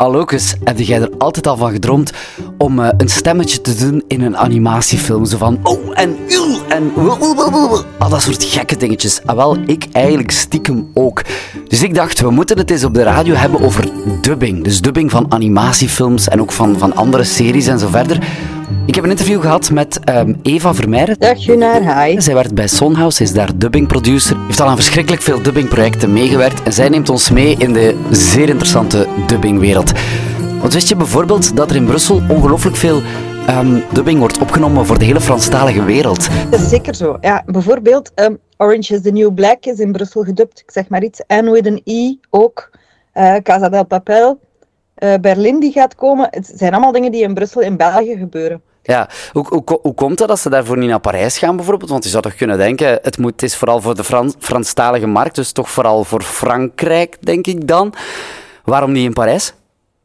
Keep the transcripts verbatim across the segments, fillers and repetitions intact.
Allokus, heb jij er altijd al van gedroomd om uh, een stemmetje te doen in een animatiefilm? Zo van, oh, en uw, en al dat soort gekke dingetjes. En wel, ik eigenlijk stiekem ook. Dus ik dacht, we moeten het eens op de radio hebben over dubbing. Dus dubbing van animatiefilms en ook van, van andere series en zo verder. Ik heb een interview gehad met um, Eva Vermeijren. Dag Gunnar, hi. Zij werkt bij Sonhouse, is daar dubbingproducer. Heeft al aan verschrikkelijk veel dubbingprojecten meegewerkt. En zij neemt ons mee in de zeer interessante dubbingwereld. Want wist je bijvoorbeeld dat er in Brussel ongelooflijk veel um, dubbing wordt opgenomen voor de hele Franstalige wereld? Dat is zeker zo. Ja, bijvoorbeeld um, Orange is the New Black is in Brussel gedubt. Ik zeg maar iets. En with een I ook. Uh, Casa del Papel. Uh, Berlin die gaat komen. Het zijn allemaal dingen die in Brussel in België gebeuren. Ja, hoe, hoe, hoe komt dat dat ze daarvoor niet naar Parijs gaan bijvoorbeeld? Want je zou toch kunnen denken, het, moet, het is vooral voor de Frans, Franstalige markt, dus toch vooral voor Frankrijk, denk ik dan. Waarom niet in Parijs?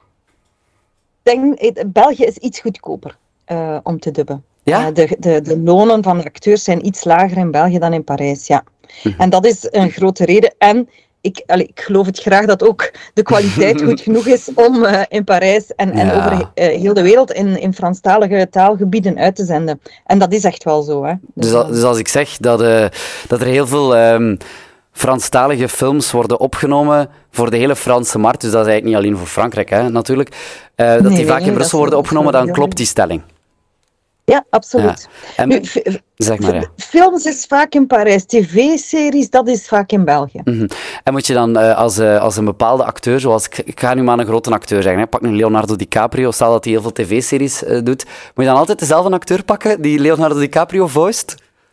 Ik denk, België is iets goedkoper uh, om te dubben. Ja? Uh, de, de, de lonen van de acteurs zijn iets lager in België dan in Parijs, ja. Mm-hmm. En dat is een grote reden. En Ik, allee, ik geloof het graag dat ook de kwaliteit goed genoeg is om uh, in Parijs en, en ja. over uh, heel de wereld in, in Franstalige taalgebieden uit te zenden. En dat is echt wel zo. Hè. Dus, dus, dus als ik zeg dat, uh, dat er heel veel um, Franstalige films worden opgenomen voor de hele Franse markt, dus dat is eigenlijk niet alleen voor Frankrijk, hè, natuurlijk, uh, dat nee, die vaak nee, in Brussel worden opgenomen, dan klopt die stelling. Ja, absoluut. Ja. En, nu, f- zeg maar, ja. Films is vaak in Parijs, tv-series, dat is vaak in België. Mm-hmm. En moet je dan uh, als, uh, als een bepaalde acteur, zoals ik, ik ga nu maar een grote acteur zeggen, hè, pak nu Leonardo DiCaprio, stel dat hij heel veel tv-series uh, doet, moet je dan altijd dezelfde acteur pakken die Leonardo DiCaprio voiced?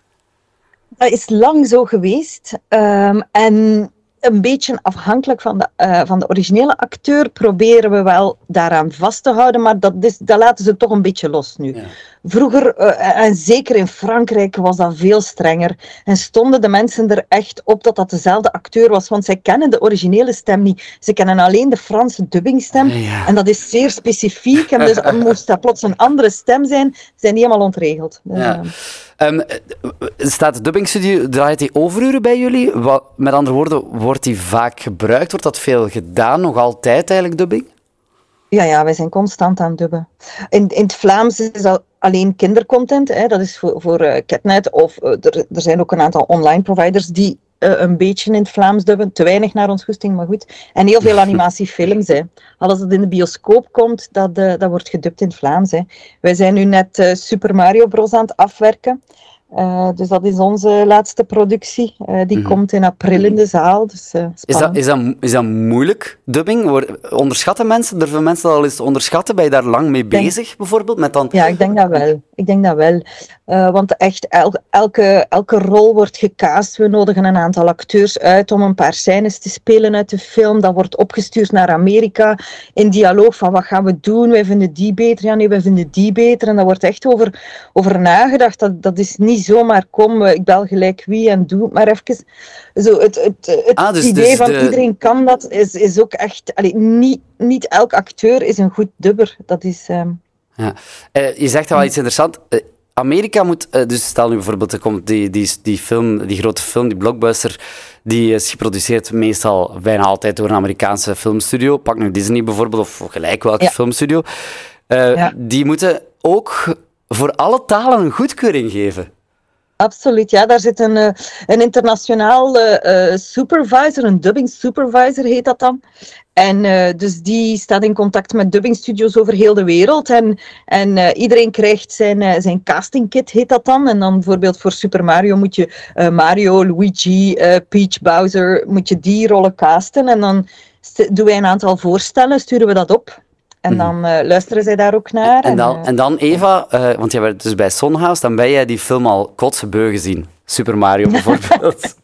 Dat is lang zo geweest. Um, en een beetje afhankelijk van de, uh, van de originele acteur proberen we wel daaraan vast te houden, maar dat, is, dat laten ze toch een beetje los nu. Ja. Vroeger, uh, en zeker in Frankrijk, was dat veel strenger. En stonden de mensen er echt op dat dat dezelfde acteur was, want zij kennen de originele stem niet. Ze kennen alleen de Franse dubbingstem. Ja. En dat is zeer specifiek. En dus moest dat plots een andere stem zijn, zijn die helemaal ontregeld. Dus, ja. Um, staat de dubbingstudio, draait die overuren bij jullie? Wat, met andere woorden, wordt die vaak gebruikt? Wordt dat veel gedaan? Nog altijd eigenlijk dubbing? Ja, ja, wij zijn constant aan het dubben. In, in het Vlaams is dat alleen kindercontent. Hè. Dat is voor, voor uh, Catnet. Of uh, er, er zijn ook een aantal online providers die uh, een beetje in het Vlaams dubben. Te weinig naar ons goesting, maar goed. En heel veel animatiefilms. Hè. Alles dat in de bioscoop komt, dat, uh, dat wordt gedubt in het Vlaams. Hè. Wij zijn nu net uh, Super Mario Bros. Aan het afwerken. Uh, dus dat is onze laatste productie. Uh, die mm-hmm. komt in april in de zaal. Dus, uh, is, dat, is, dat, is dat moeilijk, dubbing? Onderschatten mensen? Durven mensen dat al eens te onderschatten? Ben je daar lang mee bezig, denk, bijvoorbeeld? Met dan... Ja, ik denk dat wel. Ik denk dat wel. Uh, want echt, el, elke, elke rol wordt gecast. We nodigen een aantal acteurs uit om een paar scènes te spelen uit de film. Dat wordt opgestuurd naar Amerika in dialoog van wat gaan we doen? Wij vinden die beter. Ja, nee, wij vinden die beter. En daar wordt echt over, over nagedacht. Dat, dat is niet zomaar kom, ik bel gelijk wie en doe het maar even. Zo, het het, het ah, dus, idee dus van de... iedereen kan dat, is, is ook echt... Allee, niet, niet elk acteur is een goed dubber. Dat is... Um... Ja. Uh, je zegt wel iets interessants. Uh, Amerika moet... Uh, dus stel nu bijvoorbeeld, er komt die, die, die film, die grote film, die blockbuster, die is geproduceerd meestal bijna altijd door een Amerikaanse filmstudio. Pak nu Disney bijvoorbeeld, of gelijk welke ja. filmstudio. Uh, ja. Die moeten ook voor alle talen een goedkeuring geven. Absoluut, ja. Daar zit een, een internationaal uh, supervisor, een dubbing supervisor heet dat dan. En uh, dus die staat in contact met dubbingstudios over heel de wereld. En, en uh, iedereen krijgt zijn, uh, zijn castingkit, heet dat dan. En dan bijvoorbeeld voor Super Mario moet je uh, Mario, Luigi, uh, Peach, Bowser, moet je die rollen casten. En dan st- doen wij een aantal voorstellen, sturen we dat op. En dan uh, luisteren zij daar ook naar. En dan, en, uh, en dan Eva, uh, want jij werd dus bij Sonhouse, dan ben jij die film al kotsebeu gezien. Super Mario bijvoorbeeld.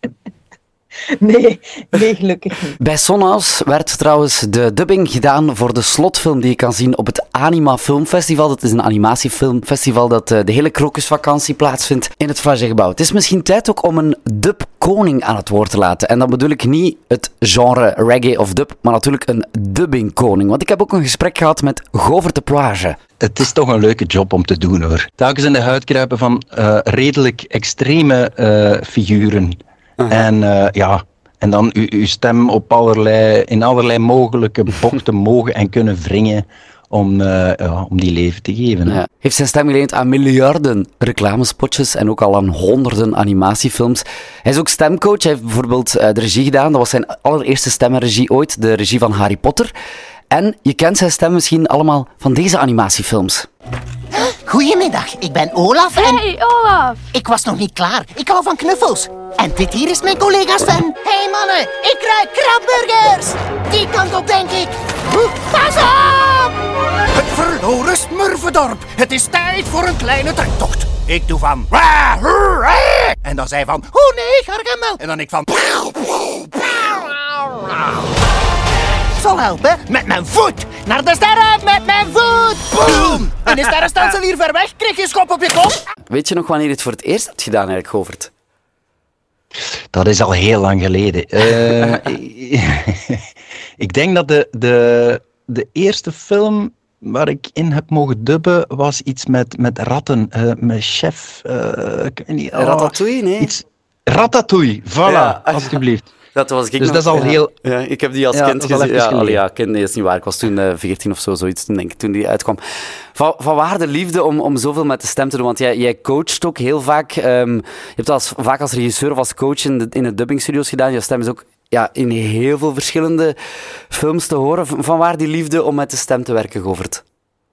Nee, nee, gelukkig niet. Bij Sonhouse werd trouwens de dubbing gedaan voor de slotfilm die je kan zien op het Anima Filmfestival. Dat is een animatiefilmfestival dat uh, de hele krokusvakantie plaatsvindt in het Flagey-gebouw. Het is misschien tijd ook om een dubkoning aan het woord te laten. En dan bedoel ik niet het genre reggae of dub, maar natuurlijk een dubbingkoning. Want ik heb ook een gesprek gehad met Govert de Plage. Het is toch een leuke job om te doen, hoor. Telkens in de huid kruipen van uh, redelijk extreme uh, figuren. Uh-huh. En uh, ja, En dan uw, uw stem op allerlei, in allerlei mogelijke bochten mogen en kunnen wringen om, uh, ja, om die leven te geven. Ja. Heeft zijn stem geleend aan miljarden reclamespotjes en ook al aan honderden animatiefilms. Hij is ook stemcoach. Hij heeft bijvoorbeeld uh, de regie gedaan. Dat was zijn allereerste stemmenregie ooit, de regie van Harry Potter. En je kent zijn stem misschien allemaal van deze animatiefilms. Goedemiddag, ik ben Olaf en... Hey, Olaf! Ik was nog niet klaar. Ik hou van knuffels. En dit hier is mijn collega Sven. Hey mannen, ik ruik krabburgers. Die kant op, denk ik. Pas op! Het verloren Smurfendorp. Het is tijd voor een kleine trektocht. Ik doe van... En dan zij van... Oh nee, Gargamel. En dan ik van... Zal helpen met mijn voet. Naar de sterren met mijn voet. Boom! In de sterrenstelsel hier ver weg kreeg je schop op je kop. Weet je nog wanneer je het voor het eerst hebt gedaan, eigenlijk, Govert? Dat is al heel lang geleden. Uh, ik denk dat de, de, de eerste film waar ik in heb mogen dubben was iets met, met ratten. Uh, met chef... Uh, ik weet niet, oh, Ratatouille, nee? Iets, Ratatouille, voilà, ja. Alsjeblieft. Dat was ik dus nog, dat is al ja. heel... Ja, ik heb die als ja, kind gezien. Ja, allee, ja, kind, nee, dat is niet waar. Ik was toen uh, veertien of zo, zoiets, toen, denk ik, toen die uitkwam. Van, van waar de liefde om, om zoveel met de stem te doen? Want jij, jij coacht ook heel vaak. Um, je hebt dat als, vaak als regisseur of als coach in de, in de dubbingstudio's gedaan. Je stem is ook ja, in heel veel verschillende films te horen. Van waar die liefde om met de stem te werken, Govert?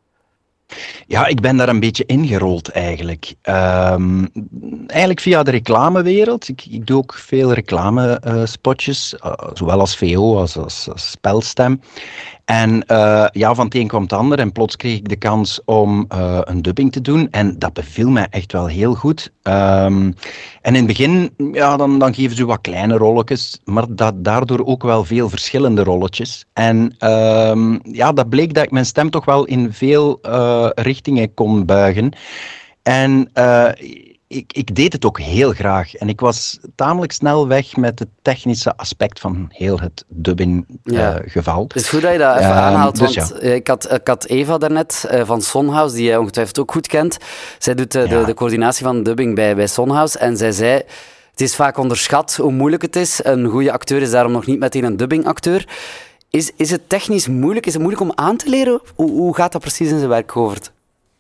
Ja, ik ben daar een beetje ingerold eigenlijk. Um, eigenlijk via de reclamewereld. Ik, ik doe ook veel reclamespotjes, uh, zowel als V O als als, als spelstem. En uh, ja, van het een kwam het ander en plots kreeg ik de kans om uh, een dubbing te doen. En dat beviel mij echt wel heel goed. Um, en in het begin, ja, dan, dan geven ze wat kleine rolletjes, maar dat, daardoor ook wel veel verschillende rolletjes. En um, ja, dat bleek dat ik mijn stem toch wel in veel uh, richtingen kon buigen. En uh, ik, ik deed het ook heel graag. En ik was tamelijk snel weg met het technische aspect van heel het dubbing-geval. Uh, het is goed dat je dat even uh, aanhaalt, dus want ja. ik, had, ik had Eva daarnet uh, van Sonhouse, die jij ongetwijfeld ook goed kent. Zij doet uh, ja. de, de coördinatie van dubbing bij, bij Sonhouse. En zij zei, het is vaak onderschat hoe moeilijk het is. Een goede acteur is daarom nog niet meteen een dubbingacteur. Is, is het technisch moeilijk? Is het moeilijk om aan te leren? Hoe, hoe gaat dat precies in zijn werk, Govert?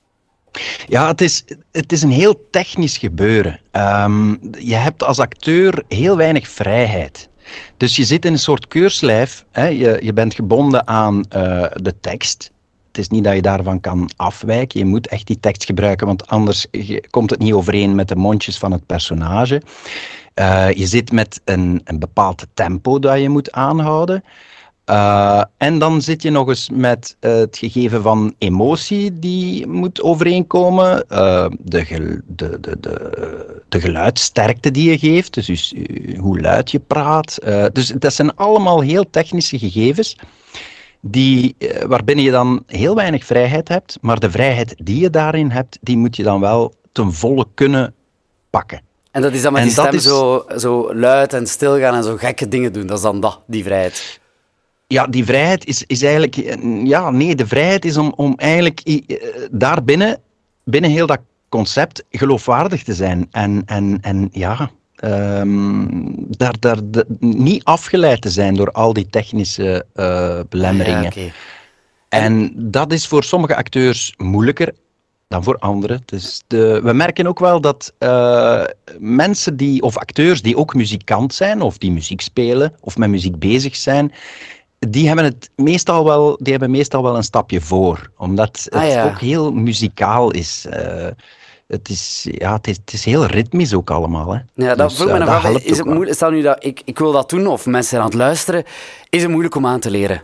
Ja, het is, het is een heel technisch gebeuren. Um, je hebt als acteur heel weinig vrijheid. Dus je zit in een soort keurslijf. Hè? Je, je bent gebonden aan uh, de tekst. Het is niet dat je daarvan kan afwijken. Je moet echt die tekst gebruiken, want anders komt het niet overeen met de mondjes van het personage. Uh, je zit met een, een bepaald tempo dat je moet aanhouden. Uh, en dan zit je nog eens met uh, het gegeven van emotie die moet overeenkomen, uh, de, gel- de, de, de, de geluidsterkte die je geeft, dus, dus uh, hoe luid je praat. Uh, dus dat zijn allemaal heel technische gegevens die, uh, waarbinnen je dan heel weinig vrijheid hebt, maar de vrijheid die je daarin hebt, die moet je dan wel ten volle kunnen pakken. En dat is dan met en die stem is... zo, zo luid en stil gaan en zo gekke dingen doen. Dat is dan dat, die vrijheid. Ja, die vrijheid is, is eigenlijk... Ja, nee, de vrijheid is om, om eigenlijk uh, daarbinnen, binnen heel dat concept, geloofwaardig te zijn. En, en, en ja, um, daar, daar de, niet afgeleid te zijn door al die technische uh, belemmeringen. Ja, okay. En dat is voor sommige acteurs moeilijker dan voor anderen. Dus de, we merken ook wel dat uh, mensen die, of acteurs die ook muzikant zijn, of die muziek spelen, of met muziek bezig zijn, die hebben het meestal wel, die hebben meestal wel een stapje voor, omdat het ah, ja. ook heel muzikaal is. Uh, het is, ja, het is, het is heel ritmisch ook allemaal. Hè. Ja, dat dus, vroeg me uh, nog af. Is het wel. moeilijk, stel nu dat ik, ik wil dat doen, of mensen zijn aan het luisteren, is het moeilijk om aan te leren?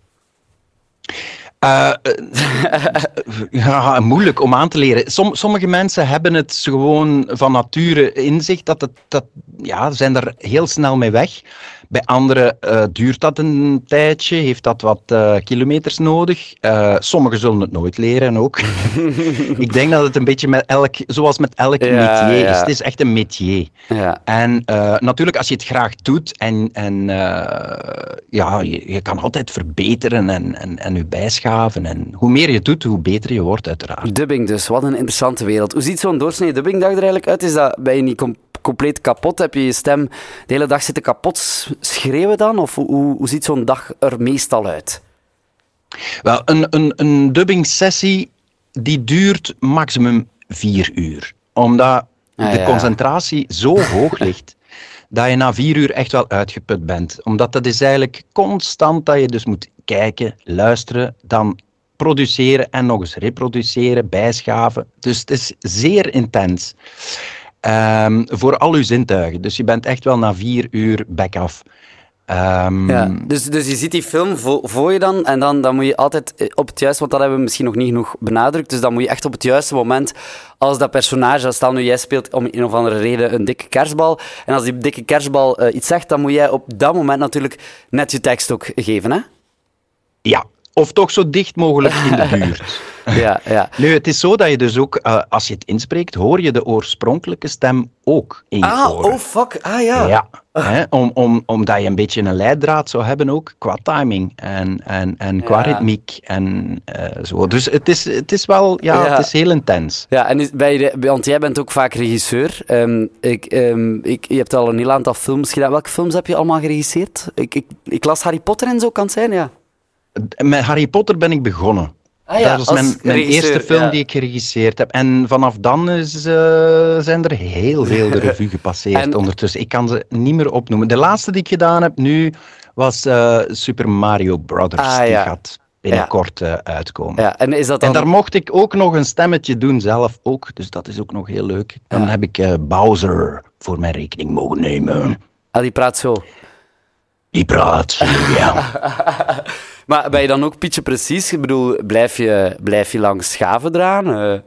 Uh, ja, moeilijk om aan te leren. Som, sommige mensen hebben het gewoon van nature in zich, dat het, dat, ja, zijn er heel snel mee weg. Bij anderen uh, duurt dat een tijdje, heeft dat wat uh, kilometers nodig. Uh, sommigen zullen het nooit leren ook. Ik denk dat het een beetje met elk, zoals met elk ja, métier ja. is. Het is echt een métier. Ja. En uh, natuurlijk, als je het graag doet en, en uh, ja, je, je kan altijd verbeteren en, en, en je bijschaven. En hoe meer je doet, hoe beter je wordt, uiteraard. Dubbing dus, wat een interessante wereld. Hoe ziet zo'n doorsnee dubbingdag er eigenlijk uit? Is dat, ben je niet com- compleet kapot? Heb je je stem de hele dag zitten kapot schreeuwen dan? Of hoe, hoe ziet zo'n dag er meestal uit? Wel, een, een, een dubbing-sessie die duurt maximum vier uur. Omdat Ah, de ja. concentratie zo hoog ligt, dat je na vier uur echt wel uitgeput bent. Omdat dat is eigenlijk constant dat je dus moet kijken, luisteren, dan produceren en nog eens reproduceren, bijschaven. Dus het is zeer intens. Um, voor al uw zintuigen. Dus je bent echt wel na vier uur back af. Um, Ja, dus, dus je ziet die film voor, voor je dan, en dan, dan moet je altijd op het juiste, want dat hebben we misschien nog niet genoeg benadrukt, dus dan moet je echt op het juiste moment, als dat personage, stel nu jij speelt om een of andere reden een dikke kerstbal, en als die dikke kerstbal uh, iets zegt, dan moet jij op dat moment natuurlijk net je tekst ook geven, hè? Ja, of toch zo dicht mogelijk in de buurt. Ja, ja. Nu, het is zo dat je dus ook, uh, als je het inspreekt, hoor je de oorspronkelijke stem ook in je Ah, oren. oh fuck, ah ja. Ja, hè, om, om, omdat je een beetje een leidraad zou hebben ook, qua timing en, en, en qua Ja. ritmiek en uh, zo. Dus het is, het is wel, ja, Ja. het is heel intens. Ja, en is, bij de, want jij bent ook vaak regisseur. Um, ik, um, ik, je hebt al een heel aantal films gedaan. Welke films heb je allemaal geregisseerd? Ik, ik, ik las Harry Potter en zo, kan het zijn, ja. Met Harry Potter ben ik begonnen. Ah ja, dat was als mijn, mijn regisseur, eerste film ja. die ik geregisseerd heb. En vanaf dan is, uh, zijn er heel veel de revue gepasseerd En- ondertussen. Ik kan ze niet meer opnoemen. De laatste die ik gedaan heb nu was uh, Super Mario Brothers. Ah, die ja. gaat binnenkort uh, uitkomen. Ja, en is dat dan... En daar mocht ik ook nog een stemmetje doen zelf ook. Dus dat is ook nog heel leuk. Dan Ja. heb ik uh, Bowser voor mijn rekening mogen nemen. Ah, die praat zo. Die praat zo, ja. Maar ben je dan ook Pietje precies? Ik bedoel, blijf je, blijf je langs schaven draan? Eh,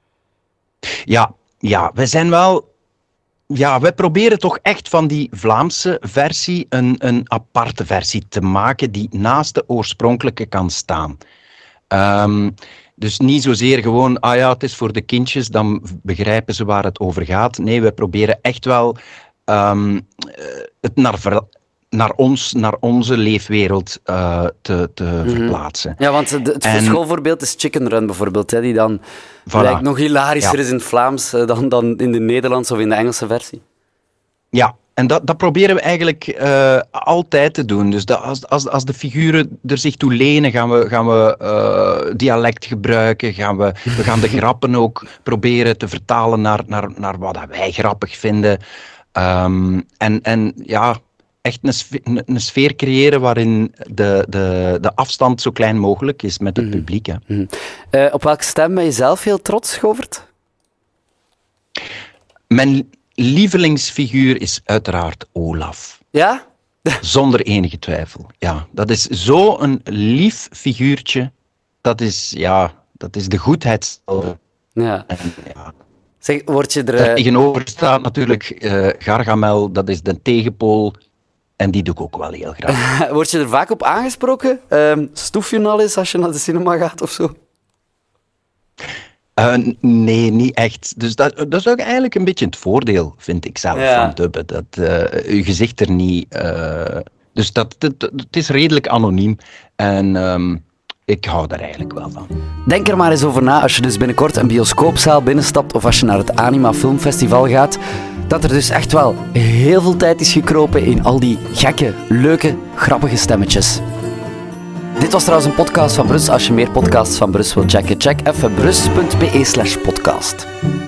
Ja, ja, we zijn wel... Ja, wij proberen toch echt van die Vlaamse versie een, een aparte versie te maken die naast de oorspronkelijke kan staan. Um, dus niet zozeer gewoon, ah ja, het is voor de kindjes, dan begrijpen ze waar het over gaat. Nee, we proberen echt wel um, het naar, ver, naar ons, naar onze leefwereld uh, te, te Mhm. verplaatsen. Ja, want de- het En- schoolvoorbeeld is Chicken Run bijvoorbeeld, hè, die dan Voilà. lijkt nog hilarischer Ja. is in het Vlaams eh, dan, dan in de Nederlandse of in de Engelse versie. Ja, en dat, dat proberen we eigenlijk uh, altijd te doen. Dus dat als, als, als de figuren er zich toe lenen, gaan we, gaan we uh, dialect gebruiken. Gaan we, we gaan de grappen ook proberen te vertalen naar, naar, naar wat wij grappig vinden. Um, en, en ja, echt een sfeer, een sfeer creëren waarin de, de, de afstand zo klein mogelijk is met het Mhm. publiek. Hè. Mhm. Eh, op welke stem ben je zelf heel trots, Govert? Mijn lievelingsfiguur is uiteraard Olaf. Ja? Zonder enige twijfel. Ja, dat is zo'n lief figuurtje. Dat is, ja, dat is de goedheid. Ja. En, ja. Zeg, word je er... Daar eh, tegenover staat natuurlijk uh, Gargamel, dat is de tegenpool. En die doe ik ook wel heel graag. word je er vaak op aangesproken? Um, stoef je al eens als je naar de cinema gaat of zo? Uh, nee, niet echt. Dus dat, dat is ook eigenlijk een beetje het voordeel, vind ik zelf, Ja. van dubben. Dat uh, je gezicht er niet... Uh, dus dat, dat, het is redelijk anoniem. En um, ik hou daar eigenlijk wel van. Denk er maar eens over na als je dus binnenkort een bioscoopzaal binnenstapt of als je naar het Anima Filmfestival gaat, dat er dus echt wel heel veel tijd is gekropen in al die gekke, leuke, grappige stemmetjes. Dit was trouwens een podcast van Brus. Als je meer podcasts van Brus wilt checken, check even brus punt be slash podcast.